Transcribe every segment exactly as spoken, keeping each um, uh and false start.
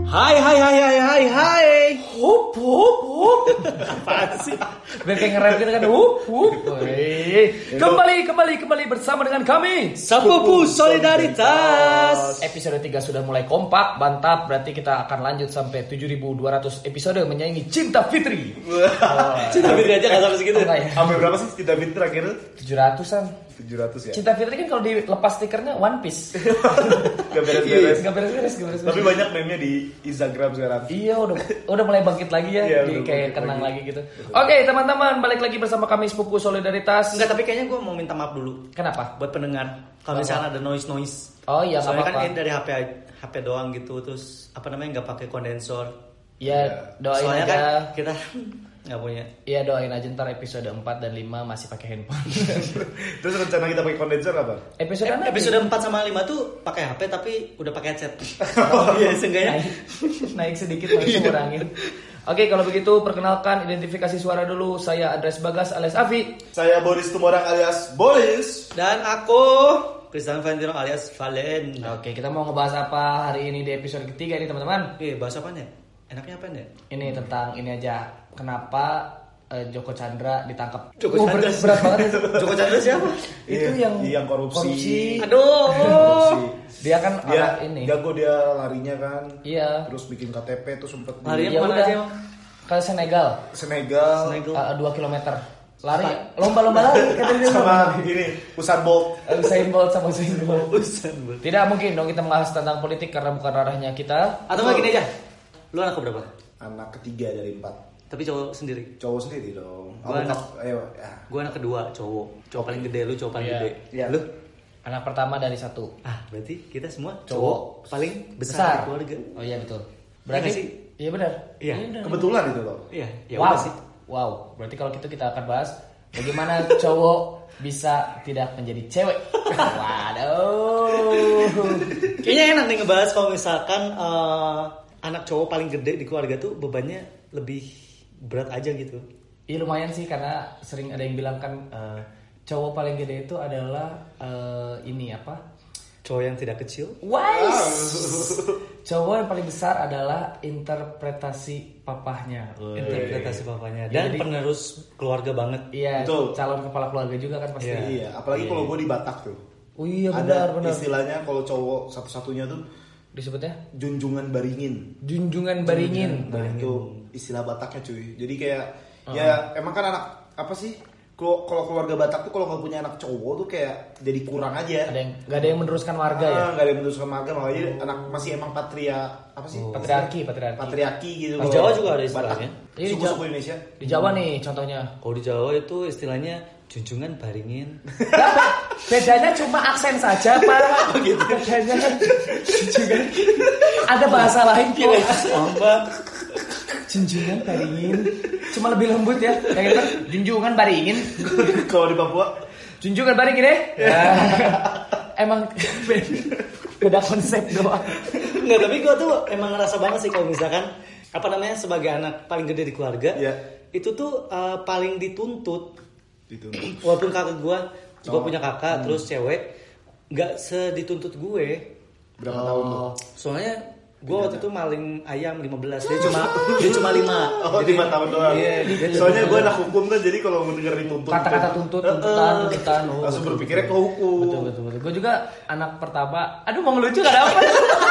Hai hai hai hai hai hai. Hup hup hup. Apaan sih? Biar kayak ngerem gitu kan. Hup hup. Kembali kembali kembali bersama dengan kami Sepupu Solidaritas. Episode tiga sudah mulai kompak, mantap. Berarti kita akan lanjut sampai tujuh ribu dua ratus episode menyaingi Cinta Fitri. Oh. Cinta Fitri aja gak sampai segitu. Ya? Sampai berapa sih Cinta Fitri terakhir? tujuh ratusan. tujuh ratus ya. Cinta Fitri kan kalau dilepas stikernya One Piece. Gak beres-beres. Gak beres-beres, gak beres-beres. Tapi banyak meme-nya di Instagram sekarang. Iya udah udah mulai bangkit lagi ya, Iya, jadi udah kayak bangkit kenang lagi. lagi gitu. Oke teman-teman, balik lagi bersama kami Sepupu Solidaritas. Enggak, tapi kayaknya gue mau minta maaf dulu Kenapa? buat pendengar. Kalau misalnya ada noise noise. Oh iya, nggak Soalnya apa-apa. kan ini dari H P H P doang gitu, terus apa namanya nggak pakai kondensor. Ya doain Soalnya aja. kan kita nggak punya. Iya doain aja ntar episode empat dan lima masih pakai handphone. Terus rencana kita pakai kondenser apa? Episode Eh, nanti. episode empat sama lima tuh pakai H P tapi udah pakai headset. Oh iya, seenggaknya. naik, naik sedikit harusnya ngurangin. Oke kalau begitu perkenalkan identifikasi suara dulu. Saya Andres Bagas alias Avi. Saya Boris Tumorang alias Boris. Dan aku Christian Valentino alias Valen. Oke kita mau ngebahas apa hari ini di episode ketiga nih teman-teman. Eh, bahasa apaan ya? Enaknya apaan ya? Ini tentang ini aja. Kenapa eh, Joko Chandra ditangkap? Joko Oh, Chandra. berat, berat banget ya. Joko Chandra siapa? Itu Iya, yang yang korupsi. Aduh. Korupsi. Dia kan Dia orang ini. jago dia larinya kan. Iya. Terus bikin K T P tuh sempet di Larinya Ya kemana udah. aja, Emang? Ke Senegal. Senegal. Senegal. Uh, dua kilometer. Lari, lomba-lomba lari kata dia. Sama ini Usain Bolt. Uh, Usain Bolt sama Usain Bolt. Usan, Bu. Tidak mungkin dong kita membahas tentang politik karena bukan arahnya kita. Atau nggak gini aja? Lu anak berapa? Anak ketiga dari empat. Tapi cowok sendiri. Cowok sendiri dong. Gua Aku anak- kap- ayo, ya. Gue anak kedua, cowok. Cowok paling gede, lu cowok paling Iya. gede. Iya. Lu? Anak pertama dari satu. Ah, berarti kita semua Cowok. cowok paling besar, Besar. di keluarga. Oh iya betul. Iya Berarti nggak sih? Iya benar. Iya. benar. Kebetulan itu loh. Iya, ya wow. udah sih. Wow. Berarti kalau gitu kita akan bahas bagaimana cowok bisa tidak menjadi cewek. Waduh. Kayaknya enak nih ngebahas kalau misalkan eh, anak cowok paling gede di keluarga tuh bebannya lebih berat aja gitu. Iya lumayan sih karena sering ada yang bilang kan eh, cowok paling gede itu adalah eh, ini apa? Cowok yang tidak kecil. Wise. Cowok yang paling besar adalah interpretasi papahnya. Interpretasi papanya. Ya, Dan jadi- penerus keluarga banget. Iya, Betul. calon kepala keluarga juga kan pasti. Iya. Iya, apalagi Iya. kalau gue di Batak tuh. Oh iya Ada benar benar. istilahnya kalau cowok satu-satunya tuh Disebutnya junjungan baringin. junjungan baringin. Nah, itu istilah Bataknya cuy. Jadi kayak ya emang kan anak apa sih? Kalau kalau keluarga Batak tuh kalau nggak punya anak cowok tuh kayak jadi kurang aja. Ada yang nggak ada yang meneruskan warga ya? Ah, nggak ada yang meneruskan marga makanya anak masih emang patria apa sih? Patriarki, patriarki. Patriarki gitu. Di Kalau Jawa juga ada Batak. istilahnya. Iya, di Suku-suku Jawa. Indonesia. Di Jawa nih contohnya. Kalau di Jawa itu istilahnya junjungan baringin. Bedanya cuma aksen saja, Pak. Gitu. Bedanya junjungan. Ada bahasa lain kok. Apa? Junjungan baringin. Cuma lebih lembut ya. Kayak gitu. Junjungan baringin. Kalau di Papua Junjungan baringin ya. Emang beda konsep doang. Enggak, tapi gue tuh emang ngerasa banget sih kalau misalkan apa namanya sebagai anak paling gede di keluarga, Iya. itu tuh eh, paling dituntut. gitu. Walaupun kakak gue, gue Oh. punya kakak terus cewek, nggak sedituntut gue. Berapa tahun tuh? Soalnya gue waktu itu maling ayam lima belas, dia cuma dia cuma lima. Oh, lima tahun doang. Iya, dia Soalnya cuma gue lima. anak hukum kan, jadi kalau mau denger dituntut Kata-kata tuntut, tuntutan, tuntutan. Oh, langsung betul, berpikirnya ke betul. hukum. Betul, betul, betul. Gue juga anak pertama. Aduh mau ngelucu gak dapet.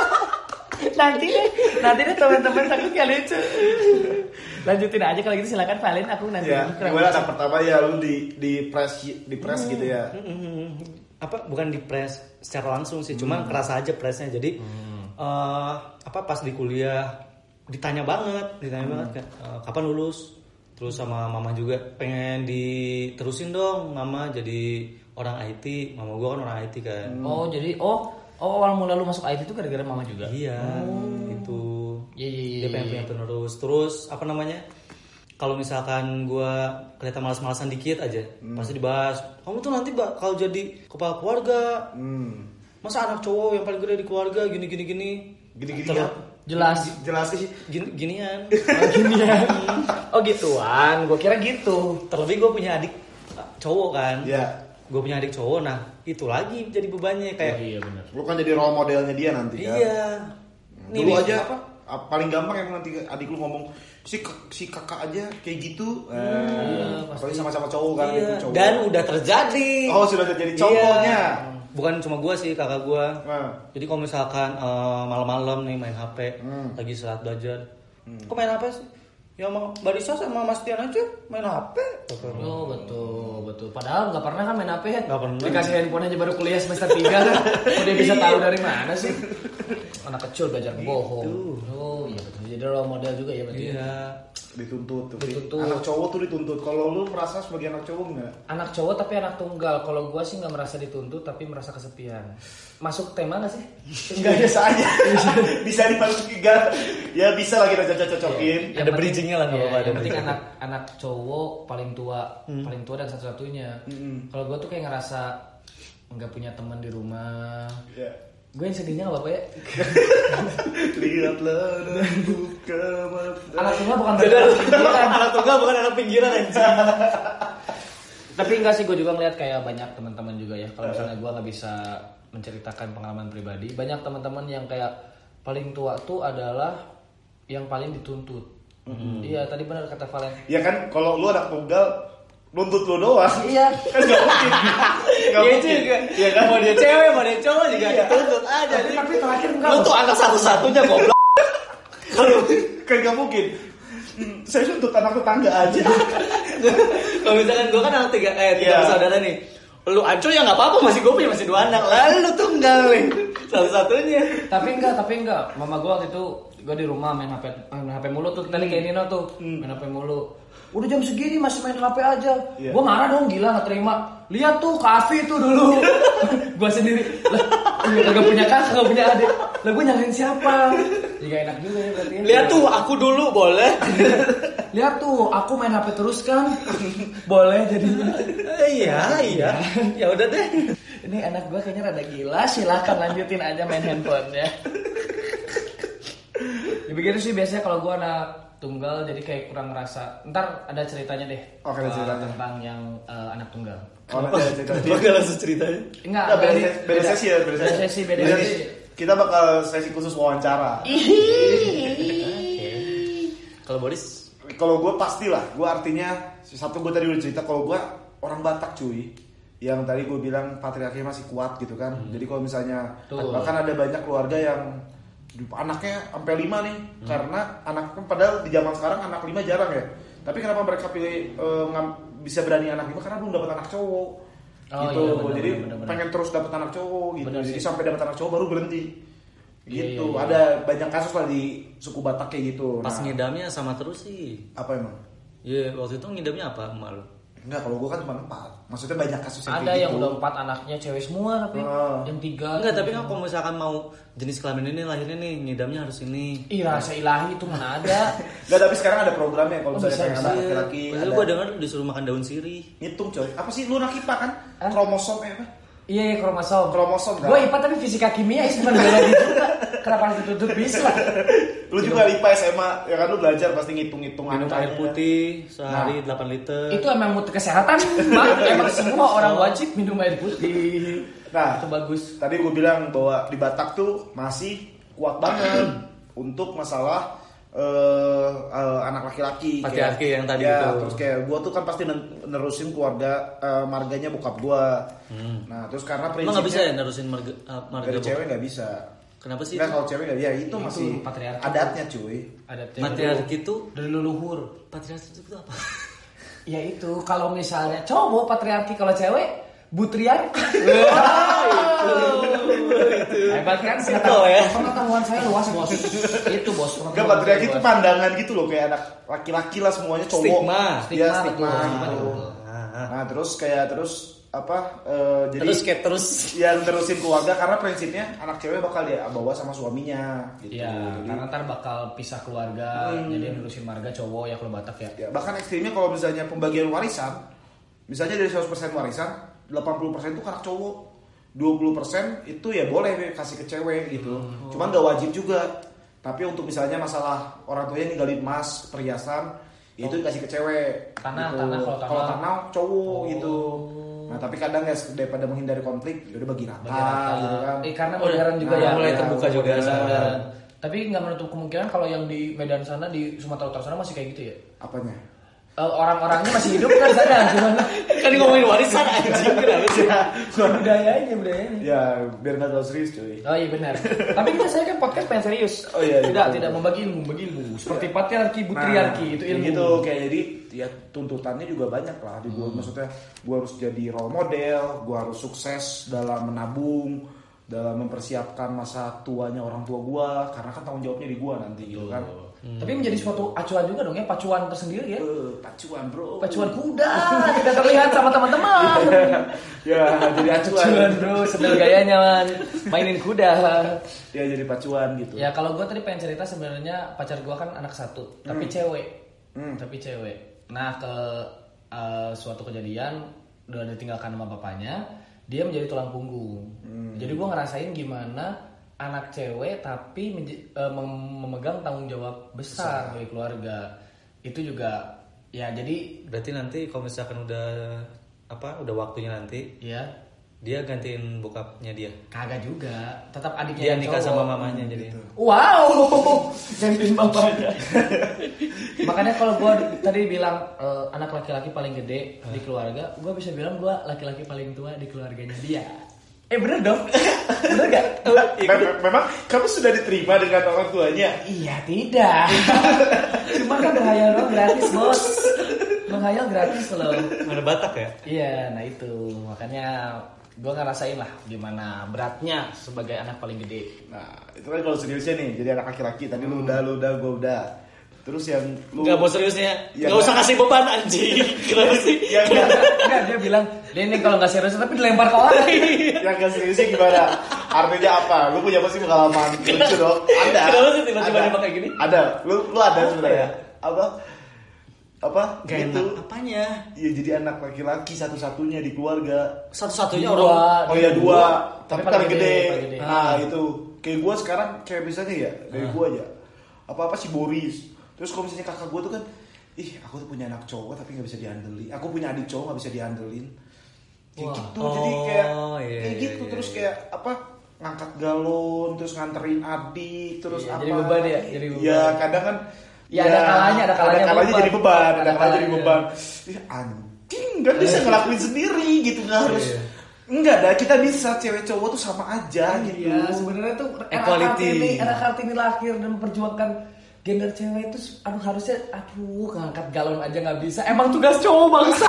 nanti deh, nanti deh teman-teman takut gak lucu. Lanjutin aja kalau gitu silakan Valen, aku nanti. Ya, kurang gue lucu. anak pertama ya lu di di press di press gitu ya. Mm, apa bukan di press secara langsung sih, cuman kerasa aja pressnya. Jadi eh, apa pas di kuliah ditanya banget, ditanya banget kan, eh, kapan lulus? Terus sama mama juga pengen diterusin dong, mama jadi orang I T. Mama gua kan orang I T kan. Oh jadi oh oh awal mula lu masuk I T itu gara-gara mama juga. Iya, itu. Iya iya iya. Dia pengen punya penerus. Terus apa namanya? Kalau misalkan gua kelihatan malas-malasan dikit aja, pasti dibahas. Kamu tuh nanti bakal jadi kepala keluarga. Hmm. Masa anak cowok yang paling gede di keluarga gini gini gini. Gini-gini Terus- kan? Jelas. Jelas sih. Gini, ginian. Oh, ginian. Oh gituan, gue kira gitu. Terlebih gue punya adik cowok kan. Ya. Gue punya adik cowok, nah itu lagi jadi bebannya kayak. iya benar. Lu kan jadi role modelnya dia nanti kan. Iya. Dulu aja apa? paling gampang yang nanti adik lu ngomong si si kakak aja kayak gitu. Hmm, iya, apalagi sama-sama cowok kan. Iya. Cowok. Dan udah terjadi. Oh sudah terjadi contohnya. Iya. Bukan cuma gua sih, kakak gua. Nah. Jadi kalau misalkan uh, malam-malam nih main H P, hmm. lagi saat belajar, hmm. kok main H P sih? Ya sama Mbak Risa sama Mas Tian aja main H P. Oh betul betul. Padahal nggak pernah kan main H P ya? Nggak pernah. Dikasih handphone aja baru kuliah semester tiga kan. Udah bisa tahu dari mana sih? Anak kecil belajar bohong. Oh iya betul. Jadi role model juga ya berarti. Iya. Dituntut tuh. Dituntut. Anak cowok tuh dituntut. Kalau lu merasa sebagai anak cowok nggak? Anak cowok tapi anak tunggal. Kalau gua sih nggak merasa dituntut tapi merasa kesepian. Masuk tema nggak sih? Enggak biasa aja. Bisa dimasukin enggak? Ya bisa lah kita cocok-cocokin. Ya, ada bridgingnya lah nggak ya, apa-apa. Yang penting anak anak cowok paling tua, hmm. paling tua dan satu-satunya. Hmm. Kalau gua tuh kayak ngerasa nggak punya teman di rumah. Yeah. Gue yang sedihnya nggak apa-apa ya. Lihatlah dan buka mata. Anak tunggal bukan anak pinggiran. Anak tunggal bukan anak pinggiran aja. Tapi enggak sih, gue juga ngeliat kayak banyak teman-teman juga ya. Kalau misalnya gue nggak bisa menceritakan pengalaman pribadi, banyak teman-teman yang kayak paling tua tuh adalah yang paling dituntut. Mm-hmm. Iya, tadi benar kata Valen. Ya kan, kalau lu anak tunggal nuntut lu doang. Iya. Kan nggak mungkin. Nggak Iya mungkin. juga. Iya kan? Mau dia cewek, mau dia cowok juga iya. dituntut aja. Tapi, tapi terakhir enggak. Lu tuh anak satu-satunya goblok. Kalau kan nggak mungkin. Hmm, saya nuntut anak tetangga aja. Kalau misalkan gue kan anak tiga, eh tiga Iya. bersaudara nih. Lu ancur ya nggak apa-apa, masih gue punya masih dua anak. Lalu lu tunggal nih, satu-satunya. Tapi enggak, tapi enggak. Mama gue waktu itu gue di rumah main H P, main H P mulu tuh. Tadi kayak Nino tuh, main H P mulu. Udah jam segini masih main H P aja. Yeah. Gue marah dong, gila nggak terima. Lihat tuh kafe tuh dulu. Gue sendiri. Lah, kagak punya kakak, kagak punya adik. Lah gue nyalain siapa? Juga enak juga ya berarti. Lihat tuh aku dulu boleh. Lihat tuh aku main H P terus kan. Boleh jadinya. Iya iya. Ya udah deh. Ini anak gue kayaknya rada gila. Silahkan lanjutin aja main handphonenya. Ya begitu sih biasanya kalau gue anak tunggal, jadi kayak kurang ngerasa. Ntar ada ceritanya deh. Oke, ada ceritanya. Tentang yang uh, anak tunggal. Oh, ada ceritanya. Bakal langsung ceritanya. Enggak, Nah, beda, beda, beda sesi ya, beda, beda sesi, beda Jadi, sesi. kita bakal sesi khusus wawancara. Kalau Boris, kalau gue pastilah, gue artinya satu gue tadi udah cerita kalau gue orang Batak cuy, yang tadi gue bilang patriarki masih kuat gitu kan. Hmm. Jadi kalau misalnya Tuh. bahkan ada banyak keluarga yang anaknya sampai lima nih, hmm. karena anak padahal di zaman sekarang anak lima jarang ya. Tapi kenapa mereka pilih uh, ngam, bisa berani anak lima karena belum dapat anak cowok. Oh, gitu. Iya, bener, jadi bener, bener, pengen terus dapat anak cowok gitu. Bener, jadi sih. Sampai dapat anak cowok baru berhenti. Gitu. Iya, iya, iya. Ada banyak kasus lah di suku Batak kayak gitu. Pas nah, ngidamnya sama terus sih. Apa emang? Iya, yeah, waktu itu ngidamnya apa emak lu? Enggak, kalau gue kan cuma empat. Maksudnya banyak kasus yang ada yang gitu. udah empat anaknya cewek semua tapi uh. yang tiga. Enggak, tapi kan kalau misalkan mau jenis kelamin ini lahirnya nih ngidamnya harus ini. Ih, rasa ilahi itu mana ada. Enggak, tapi sekarang ada programnya kalau oh, misalnya pengen anak laki-laki. Itu gue dengar disuruh makan daun sirih. Ngitung coy. Apa sih lu anak I P A kan? Huh? Kromosom eh apa? Iya, iya kromosom. Kromosom kan. Gue I P A tapi fisika kimia sih cuma biologi juga. Kenapa harus ditutup bisa? Lu juga I P A S M A, ya kan lu belajar pasti ngitung-ngitung minum air putih sehari nah, delapan liter. Itu emang mutu kesehatan, Mak. Emang semua orang wajib minum air putih. Nah, itu bagus. Tadi gue bilang bahwa di Batak tuh masih kuat banget untuk masalah uh, uh, anak laki-laki. Patriarki yang tadi ya, itu. Terus kayak gue tuh kan pasti nerusin keluarga uh, marganya bokap gue. Hmm. Nah, terus karena prinsipnya. Emang nggak bisa ya nerusin marga, uh, marga dari cewek nggak bisa. Kenapa sih? Nah, kalau cewek nggak, ya itu, itu masih patriarki. Adatnya cuy. Adatnya. Patriarki itu dari leluhur. Patriarki itu apa? Ya itu kalau misalnya cowok patriarki, kalau cewek butriarki. Hebat kan sih ya. Pengetahuan saya luas bos. Itu bos. Gak, patriarki itu pandangan gitu loh, kayak anak laki-laki lah semuanya cowok. Stigma. Ya, stigma. Gitu. Nah terus kayak terus apa? Uh, jadi terus kayak terus yang terusin keluarga karena prinsipnya anak cewek bakal dia bawa sama suaminya. Gitu. Iya. Jadi, karena ntar bakal pisah keluarga. Hmm. Jadi yang nerusin marga cowok ya kalau Batak ya. Ya bahkan ekstrimnya kalau misalnya pembagian warisan, misalnya dari seratus persen warisan, delapan puluh persen itu anak cowok. dua puluh persen itu ya boleh kasih ke cewek gitu. Hmm. Cuman gak wajib juga. Tapi untuk misalnya masalah orang tuanya ninggalin emas, perhiasan, oh. itu dikasih ke cewek. Tanah, gitu. tanah kalau tanah. Kalau tanah cowok oh. gitu. Nah tapi kadang ya daripada menghindari konflik, ya udah bagi rata, bagi rata gitu kan. Eh, karena modern juga nah, ya. Mulai terbuka juga. Tapi nggak menutup kemungkinan kalau yang di Medan sana, di Sumatera Utara sana masih kayak gitu ya? Apanya? Uh, orang-orangnya masih hidup kan sana? Gimana? Kan ngomongin warisan anjing kenapa sih? budayanya, budayanya. Ya, biar nggak terlalu serius cuy. Oh iya benar. Tapi kita saya kan podcast pengen serius. Oh iya. Tidak, iya, tidak membagi ilmu, membagi ilmu. Seperti patriarki, butriarki nah, itu ilmu. Gitu, kayak jadi ya tuntutannya juga banyak lah di gua. Hmm. Maksudnya gua harus jadi role model, gua harus sukses dalam menabung, dalam mempersiapkan masa tuanya orang tua gua, karena kan tanggung jawabnya di gua nanti gitu kan. Hmm. Tapi menjadi suatu acuan juga dong ya, pacuan tersendiri ya. Uh, pacuan bro. Pacuan kuda, tidak terlihat sama teman-teman. Ya, jadi acuan. Pacuan bro, sedang gayanya man, mainin kuda. Ya jadi pacuan gitu. Ya kalau gue tadi pengen cerita sebenarnya pacar gue kan anak satu, hmm. tapi cewek, hmm. tapi cewek. Nah ke uh, suatu kejadian udah ditinggalkan sama bapaknya, dia menjadi tulang punggung. Hmm. Jadi gue ngerasain gimana anak cewek tapi menj- uh, mem- memegang tanggung jawab besar, besar bagi keluarga. Itu juga ya jadi berarti nanti kalau misalkan udah apa udah waktunya nanti ya dia gantiin bokapnya dia. Kagak juga, tetap adiknya dia yang nikah cowok. sama mamanya jadi. Wow, gantiin bapaknya. Makanya kalau gue tadi bilang uh, anak laki-laki paling gede huh? di keluarga, gue bisa bilang gue laki-laki paling tua di keluarganya dia. Eh bener dong? Bener gak? Mem- memang kamu sudah diterima dengan orang tuanya? Iya tidak. Cuma kan menghayal doang gratis bos. Menghayal gratis loh. Mana Batak ya? Iya, nah itu makanya gue ngerasain lah gimana beratnya sebagai anak paling gede. Nah itu kan kalau seriusnya nih, jadi anak laki-laki. Tadi lu udah, lu udah, gue udah. Terus yang lu nggak mau seriusnya, ya, nggak usah kasih beban anjing. Kenapa sih? Ya nggak, dia bilang dia ini kalau nggak serius tapi dilempar ke orang. Yang nggak seriusnya gimana? Artinya apa? Lu punya pasti pengalaman lucu dong? Ada. Kenapa sih tiba-tiba dia pakai gini? Ada. Lu lu ada sebenarnya. Apa? Apa? Gak gitu. enak. Apanya? Iya jadi anak laki-laki satu-satunya di keluarga. Satu-satunya dua, orang. Oh iya dua. Tapi paling gede. paling gede. Nah itu kayak gue sekarang kayak misalnya ya dari gue aja. Apa-apa si Boris. Terus kalau misalnya kakak gue tuh kan, ih aku tuh punya anak cowok tapi nggak bisa diandelin. Aku punya adik cowok nggak bisa diandelin. Kayak Wah. gitu, jadi kayak Oh, iya, kayak iya, gitu iya, terus iya. kayak apa ngangkat galon, terus nganterin adik, terus Iya, apa? jadi beban ya, jadi beban. Ya kadang kan. Ya, ada kalanya, ada kalanya beban. jadi beban, ada, Ada kalanya jadi kalanya. beban. Ih anjing, nggak bisa ngelakuin sendiri gitu nggak harus. Iya. Enggak dah, kita bisa cewek cowok tuh sama aja gitu. Iya, sebenarnya tuh Equality. anak Kartini, anak Kartini lahir dan memperjuangkan gender cewek itu, aduh harusnya, aduh ngangkat galon aja nggak bisa. Emang tugas cowok bangsa.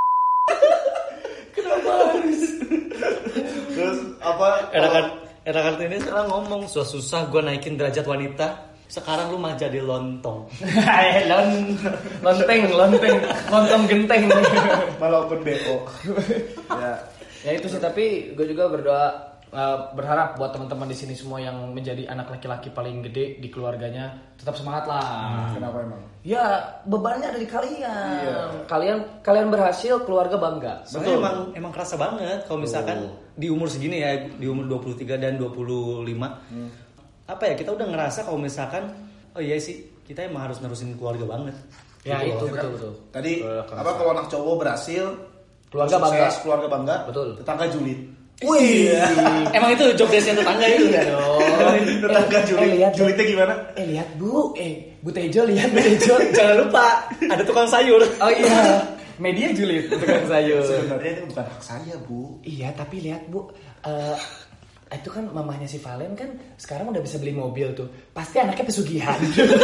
Kenapa harus? Terus apa? Enakan, enakan ini sekarang ngomong susah-susah gue naikin derajat wanita. Sekarang lu mah jadi lontong. Lon, lonteng, lonteng, lontong genteng. Malah open B O. Ya. Ya itu sih, tapi gue juga berdoa, uh, berharap buat teman-teman di sini semua yang menjadi anak laki-laki paling gede di keluarganya tetap semangat lah. Hmm. Kenapa emang? Ya bebannya ada di kalian. Iya. Kalian kalian berhasil, keluarga bangga. Soalnya emang emang kerasa banget kalau misalkan Betul. di umur segini ya, di umur dua puluh tiga dan dua puluh lima. Hmm. Apa ya, kita udah ngerasa kalau misalkan oh iya sih, kita emang harus nerusin keluarga banget. Ya Gitu itu loh. betul betul. Tadi Uh, apa kalau anak cowok berhasil, Keluarga sukses, bangga. keluarga bangga, Betul. tetangga julid. Wih, Emang itu job desk-nya tetangga itu. iya dong. Tetangga julid. eh, lihat, Julidnya gimana? Eh lihat bu, eh Bu Tejo lihat Bu Tejo. Jangan lupa ada tukang sayur. Oh iya, media julid tukang sayur. Sebenarnya itu bukan hak saya, Bu. Iya, tapi lihat Bu, eh itu kan mamahnya si Valen kan sekarang udah bisa beli mobil tuh. Pasti anaknya pesugihan.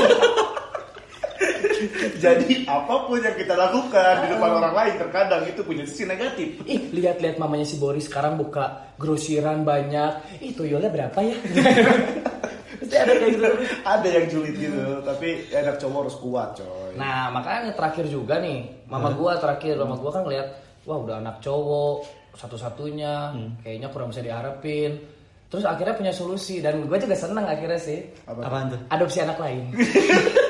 Jadi apapun yang kita lakukan di depan orang lain terkadang itu punya sisi negatif. Ih, lihat-lihat mamanya si Boris sekarang buka grosiran banyak. Ih, toyolnya berapa ya? Pasti ada kayak gitu. Ada yang julid gitu, tapi anak cowok harus kuat, coy. Nah, makanya terakhir juga nih, mama gua terakhir, mama gua kan ngeliat, wah udah anak cowok satu-satunya, hmm. kayaknya kurang bisa diharapin. Terus akhirnya punya solusi dan gua juga senang akhirnya sih. Apa? Apaan tuh? Adopsi anak lain.